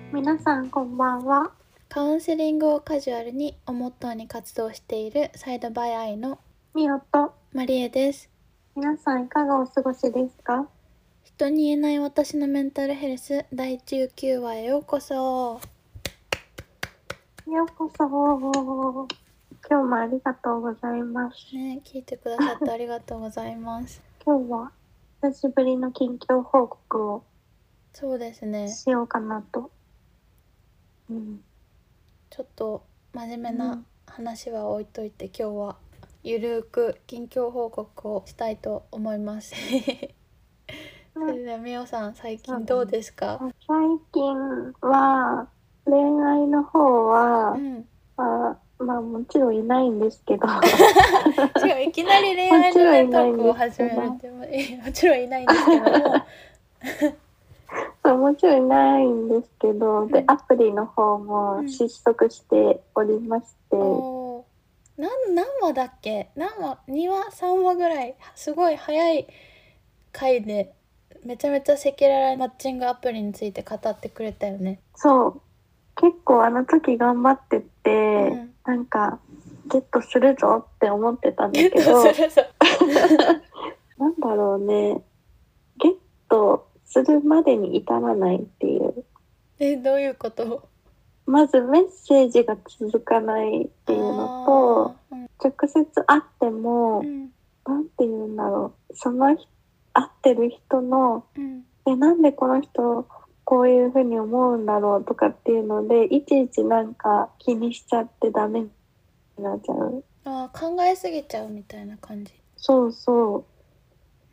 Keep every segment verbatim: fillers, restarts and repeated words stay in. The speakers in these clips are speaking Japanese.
皆さんこんばんは。 カウンセリングをカジュアルにをモットーに活動しているサイドバイアイのみおとマリエです。 皆さんいかがお過ごしですか？ 人に言えない私のメンタルヘルスだいじゅうきゅうわへようこそ。 ようこそ。今日もありがとうございますね、聞いてくださってありがとうございます今日は久しぶりの近況報告をそうですね、 しようかなと、うん、 ちょっと真面目な話は置いといて、うん、今日はゆるーく近況報告をしたいと思いますそれではみおさん、最近どうですか？ 最近は恋愛の方は、うん、あまあもちろんいないんですけどいきなり恋愛のネタトークを始めるってもちろんいないんですけどもそうもちろんいないんですけど、うん、でアプリの方も失速しておりまして、うん、 お何, 何話だっけ？何話？にわさんわぐらいすごい早い回でめちゃめちゃ赤裸々マッチングアプリについて語ってくれたよね。 そう結構あの時頑張ってて、うん、なんかゲットするぞって思ってたんだけどゲットするぞなんだろうね、ゲットするまでに至らないっていう。 え、どういうこと？ まずメッセージが続かないっていうのと、うん、直接会っても、うん、なんて言うんだろう、その会ってる人の、うん、えなんでこの人こういう風に思うんだろうとかっていうのでいちいちなんか気にしちゃってダメになっちゃう。 あ、考えすぎちゃうみたいな感じ。 そうそう。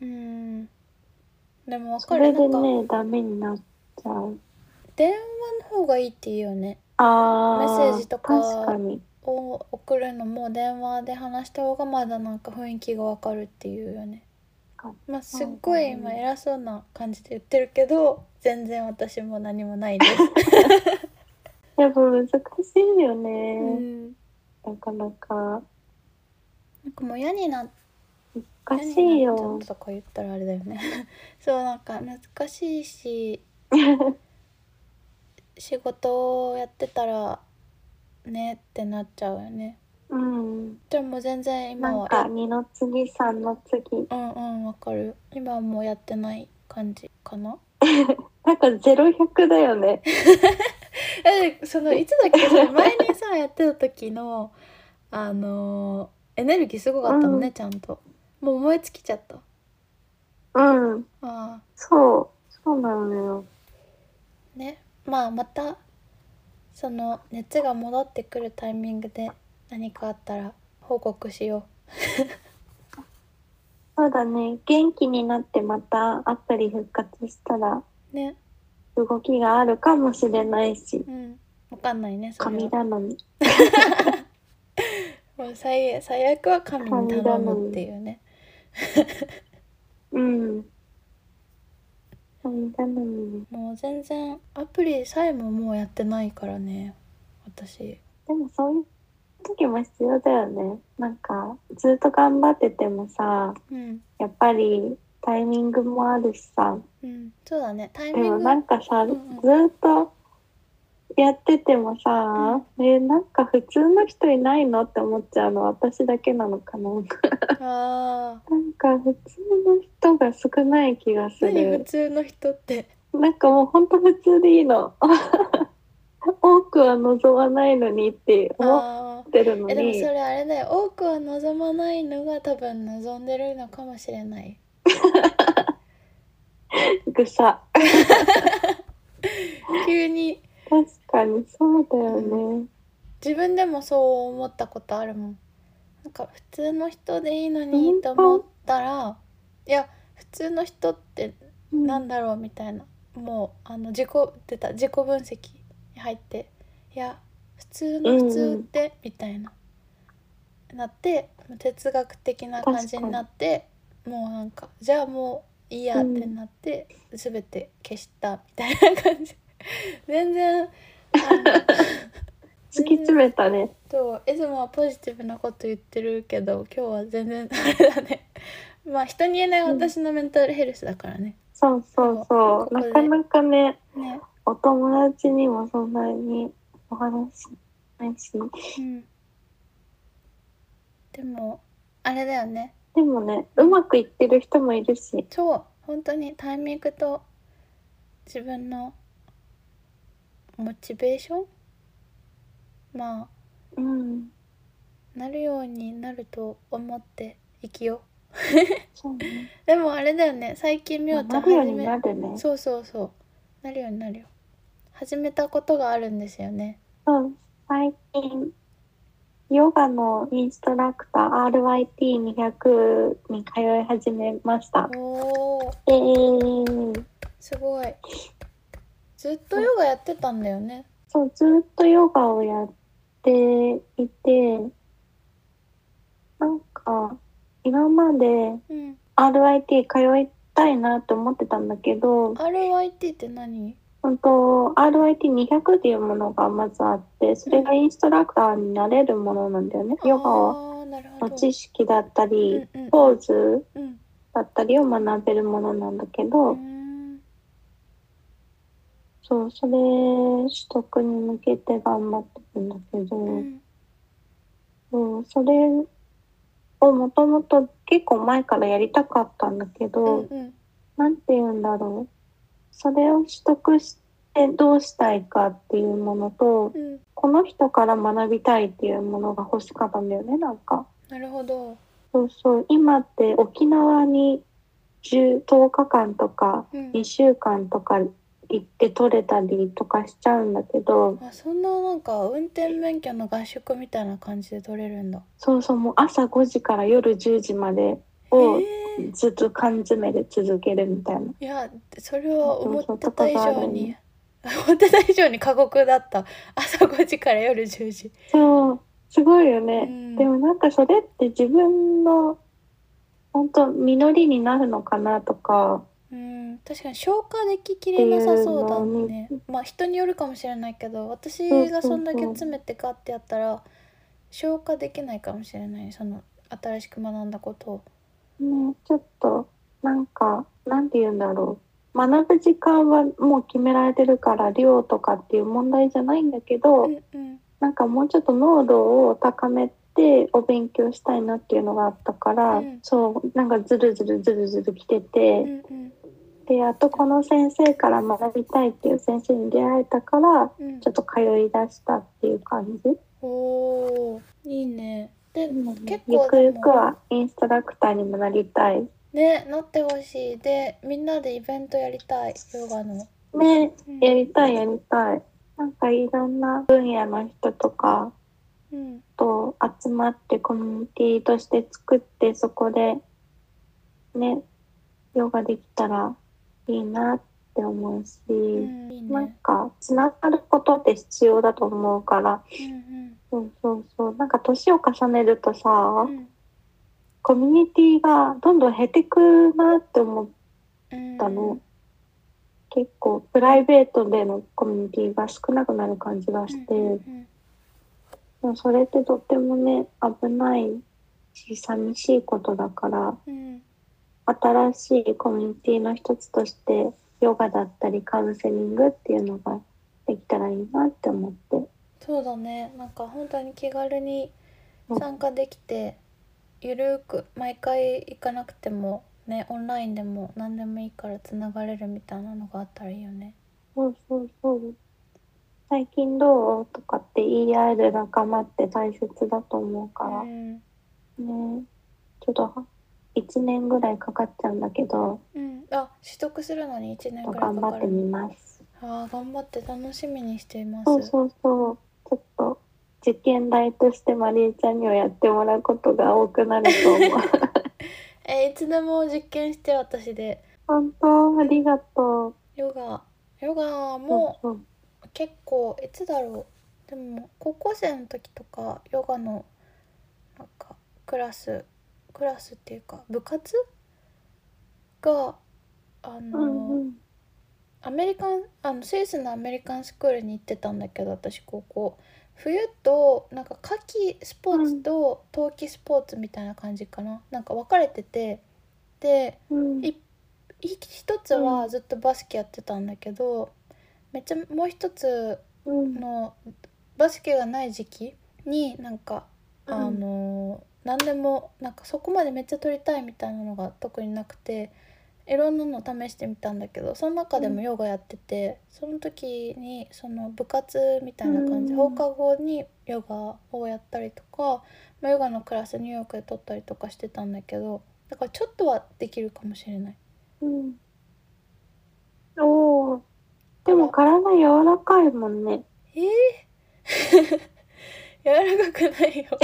うーん。でも分かる。それでねダメになっちゃう。 電話の方がいいっていうよね。 あメッセージとかを送るのも電話で話した方がまだなんか雰囲気がわかるっていうよね。まあすっごい今偉そうな感じで言ってるけど全然私も何もないですやっぱ難しいよね、うん、なかなかなんかもう嫌になっ難しいよ嫌になっちゃったとか言ったらあれだよねそうなんか難しいし仕事をやってたらねってなっちゃうよね。うん。でも全然今はなんかにの次さんの次うんうんわかる。今はもうやってない感じかななんかゼロひゃくだよねえそのいつだっけそれ前にさやってた時のあのー、エネルギーすごかったもんね、うん、ちゃんともう思いつきちゃった。 うんああそうそうなのよね。まあまたその熱が戻ってくるタイミングで何かあったら報告しようそうだね、元気になってまたアプリ復活したらね動きがあるかもしれないし、うん、 わかんないねそれは。 神頼みもう 最, 最悪は神に頼むっていうねうん神頼み。 もう全然アプリさえももうやってないからね私。でもそういう時も必要だよね。なんかずっと頑張っててもさ、うん、やっぱりタイミングもあるしさ、 うん、そうだねタイミング。でもなんかさ、うんうん、ずっとやっててもさ、うん、えなんか普通の人いないのって思っちゃうの私だけなのかなあなんか普通の人が少ない気がする。 何普通の人って？ なんかもうほんと普通でいいの多くは望まないのにって思ってるのに。 えでもそれあれだよ、多くは望まないのが多分望んでるのかもしれないぐさ急に。 確かにそうだよね、うん、 自分でもそう思ったことあるもん。なんか普通の人でいいのにと思ったら、いや普通の人ってなんだろうみたいな、うん、もうあの自己出た自己分析に入って、いや普通の普通って、うん、みたいななって哲学的な感じになって、もうなんかじゃあもういいやってなって、うん、全て消したみたいな感じ全然あの突き詰めたね。 そういつもはポジティブなこと言ってるけど今日は全然あれだねまあ人に言えない私のメンタルヘルスだからね、 うん、そうそうそう、なかなかね、ねお友達にもそんなにお話しないし、 うん、でもあれだよね。 でもね、うまくいってる人もいるし。 そう本当にタイミングと自分のモチベーションまあ、 うん、 なるようになると思って生きよう。 そうね。 でもあれだよね、最近みまあ、 おちゃんなるように始めなるね。 そうそうそうなるようになるよ始めたことがあるんですよね。 そう、最近、ヨガのインストラクター アールワイティーにひゃく に通い始めました。 おーえー、 すごい。ずっとヨガやってたんだよね。 そう、ずっとヨガをやっていて、なんか、今までうん。 アールワイティー 通いたいなって思ってたんだけど、 アールワイティー って何？ 本当 アールワイティーにひゃく っていうものがまずあって、それがインストラクターになれるものなんだよね。ヨガああなるほのど。 知識だったり、 うんうんポーズうんうんだったりを学べるものなんだけうーど、 んそう、それ取得に向けて頑張ってるんだけど、 うんそう、それをもともと結構前からやりたかったんだけど、 うんうんなんて言うんだろう。それを取得してどうしたいかっていうものと、 うん。 この人から学びたいっていうものが欲しかったんだよね、なんか。 なるほど。 そうそう、今って沖縄にじゅう、とおかかんとかうん。 にしゅうかんとか行って取れたりとかしちゃうんだけど、 あ、そんななんか運転免許の合宿みたいな感じで取れるんだ。 そうそう、もう朝ごじから夜じゅうじまでへをえ。 ずっと缶詰で続けるみたいな。 いやそれはそう思っそうとかてた以があるんね。 上に思ってた以上に過酷だった。朝ごじから夜じゅうじ。 そう、すごいようね。でんもなんかそれって自分の本当実りになるのかなとかうん、確かに消化でききってれなさいうそうだのに、 ね。まあ人によるかもしれないけど、 そう私がそんだけそうそ詰めてガッてやったら消化できないかもしれない、その新しく学んだことを。 う。ね、ちょっとなんか、なんて言うんだろう。学ぶ時間はもう決められてるから量とかっていう問題じゃないんだけうど、 んうんなんかもうちょっと濃度を高めてお勉強したいなっていうのがあったから、 うんそうなんかずるずるずるずる来てて、 うんうんであとこの先生から学びたいっていう先生に出会えたから、 うん。 ちょっと通い出したっていう感じ。 おーいいね。ででもね、 結ゆくゆく構でもはインストラクターにもなりたい。 ね、なってほしい。でみんなでイベントやりたい、ヨガの。 ね、やうんりたいやりたい。なんかいろんな分野の人とかうんと集まってコミュニティとして作って、そこでね、ヨガできたらいいなって思うし、 うんいいなんね。 かつながることって必要だと思うから、 うんそうそうそう、なんか年を重ねるとさ、 うんうんコミュニティがどんどん減ってくなって思っうたの。 ん結構プライベートでのコミュニティが少なくなる感じがうんして、でうんもそれってとってもね、危ないし、寂しいことだから、 うん新しいコミュニティの一つとして、ヨガだったりカウンセリングっていうのができたらいいなって思って。 そうだね、なんか本当に気軽にそう、 参加できて、ゆるーく毎回行かなくてもね、オンラインでも何でもいいからつながれるみたいなのがあったらいいよね。 そうそうそう。最近どうとかって言い合える仲間って大切だと思ううかんら、ね、ちょっといちねんぐらいかかっちゃうんだけど、 うんあ、取得するのに1 ちょっと年くらい頑張ってみかかるの？ ます。 あー頑張って、楽しみにしています。 そうそうそう。ちょっと受験代としてマリエちゃんにはやってもらうことが多くなると思う。 えいつでも実験して、私で。 本当、 うんありがとう。 ヨガヨガもそうそう。 結構、いつだろう、でも高校生の時とかヨガのなんかクラスクラスっていうか部活があうんのうん。 アメリカンあのスイスのアメリカンスクールに行ってたんだけど、私高校冬となんか夏季スポーツうんと冬季スポーツみたいな感じかな、なんか分かれてて、でうんいい一つうんはずっとバスケやってたんだけど、 めっちゃもう一つうんのバスケがない時期になんか、 うんあの何でもなんかそこまでめっちゃ撮りたいみたいなのが特になくて、いろんなの試してみたんだけど、その中でもヨガやってて、その時にその部活みたいな感じ、 うん放課後にヨガをやったりとか、まあ、ヨガのクラスニューヨークで取ったりとかしてたんだけど、だからちょっとはできるかもしれない。 うんおー、でもだから体柔らかいもんね。 えー、柔らかくないよ。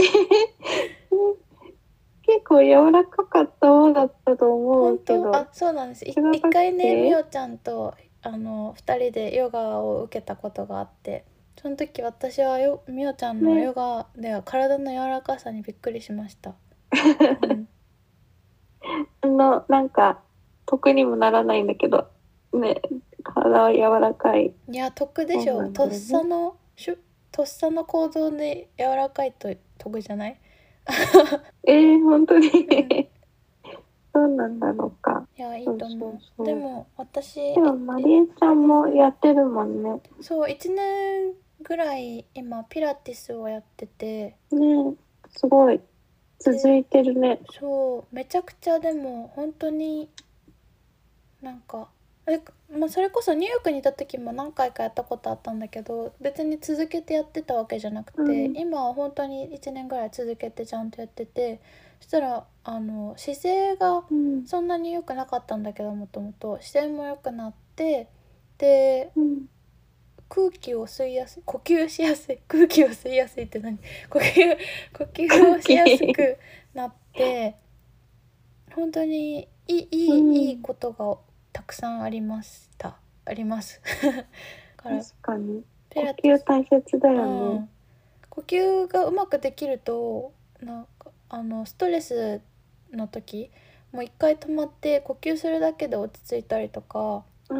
結構柔らかかった方だったと思本うけど。 当、あ、そうなんです。い違かっ一回ね、みけ？ おちゃんとあのふたりでヨガを受けたことがあって、その時私はよみおちゃんのね。 ヨガでは体の柔らかさにびっくりしました。うん、 あの、なんか、得にもならないんだけど、ね、体は柔らかい。 いや得でそうなしょ。とっんだよね。 さのしゅとっさの行動で柔らかいと得じゃない？ えー、本当にうん、 そうなんだろうか。 いやいいそうそうと思う。でそう。 も私でも、 いマリエちゃんもうんうん、 やってるもんね。 そういちねんぐらい今ピラティスをやってて、 ね、すごい。続でいてるね。 そうめちゃくちゃでも本当になんかえ、まあ、それこそニューヨークにいた時も何回かやったことあったんだけど、別に続けてやってたわけじゃなくて、 うん。 今は本当にいちねんぐらい続けてちゃんとやってて、そしたらあの姿勢がうん。 そんなに良くなかったんだけど、もともと姿勢も良くなって、でうん。 空気を吸いやすい、呼吸しやすい、空気を吸いやすいって何？呼吸呼吸をしやすくなって、本当にいいいい、いいうん。 ことがたくさんありましたありますか確らかに。 ピ呼ラティス、 吸大切だうよね。 ん、呼吸がうまくできるとなんかあのストレスの時もう一回止まって呼吸するだけで落ち着いたりとか、 うん。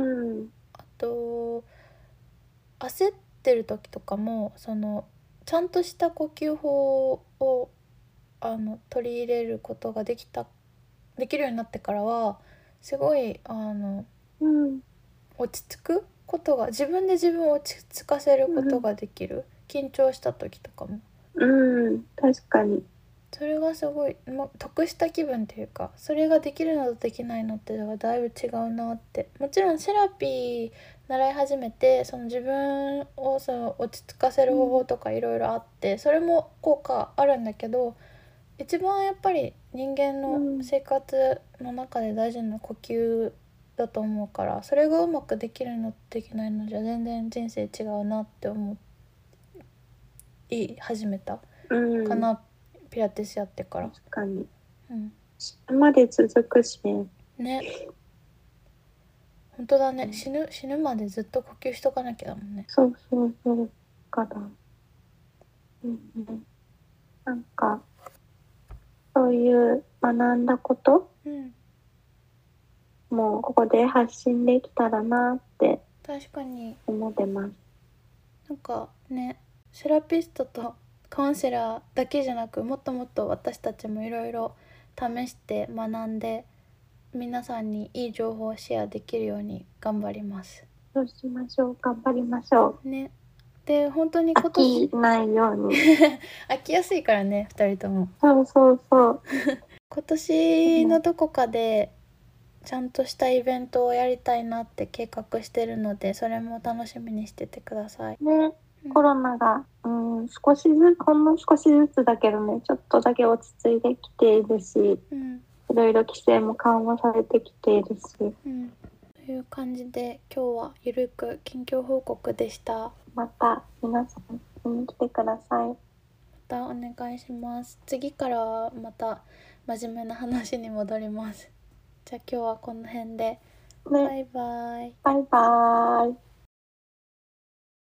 あと焦ってる時とかもそのちゃんとした呼吸法をあの取り入れることができたできるようになってからはすごいあのうん。 落ち着くことが、自分で自分を落ち着かせるうん。 ことができる。緊張した時とかもうん。確かに。 それがすごい、ま、得した気分っていうか、それができるのとできないのってだいぶ違うなって。もちろんセラピー習い始めてその自分をその落ち着かせる方法とかいろいろあって、それも効果あるんだけど、一番やっぱり人間のうん。 生活の中で大事な呼吸だと思うから、それがうまくできるのとできないのじゃ全然人生違うなって思い始めたうん。 かな、ピラティスやってから。 確かに。 うん、 死ぬまで続くしね。 ね、本当だね。 うん。 死ぬ死ぬまでずっと呼吸しとかなきゃだもんね。 そうそうそう。から。うん。なんか、そういう学んだことうん、 もうここで発信できたらなって確かに。 思ってます。 なんかね、セラピストとカウンセラーだけじゃなく、もっともっと私たちもいろいろ試して学んで、皆さんにいい情報をシェアできるように頑張りますそうしましょう。頑張りましょう。 ね。で本当に今年飽きないように。 飽きやすいからね、ふたりとも。 そうそうそう。 今年のどこかでちゃんとしたイベントをやりたいなって計画してるので、それも楽しみにしててください。 ね、 うん、 コロナが、うん、少しずつ、ほんの少しずつだけどね、ちょっとだけ落ち着いてきているし、 うん、 いろいろ規制も緩和されてきているし、 うん、という感じで今日はゆるく近況報告でした。 また皆さん見に来てください。 またお願いします。次からはまた真面目な話に戻ります。じゃあ今日はこの辺で。バね、 イバイ。 バイバーイ。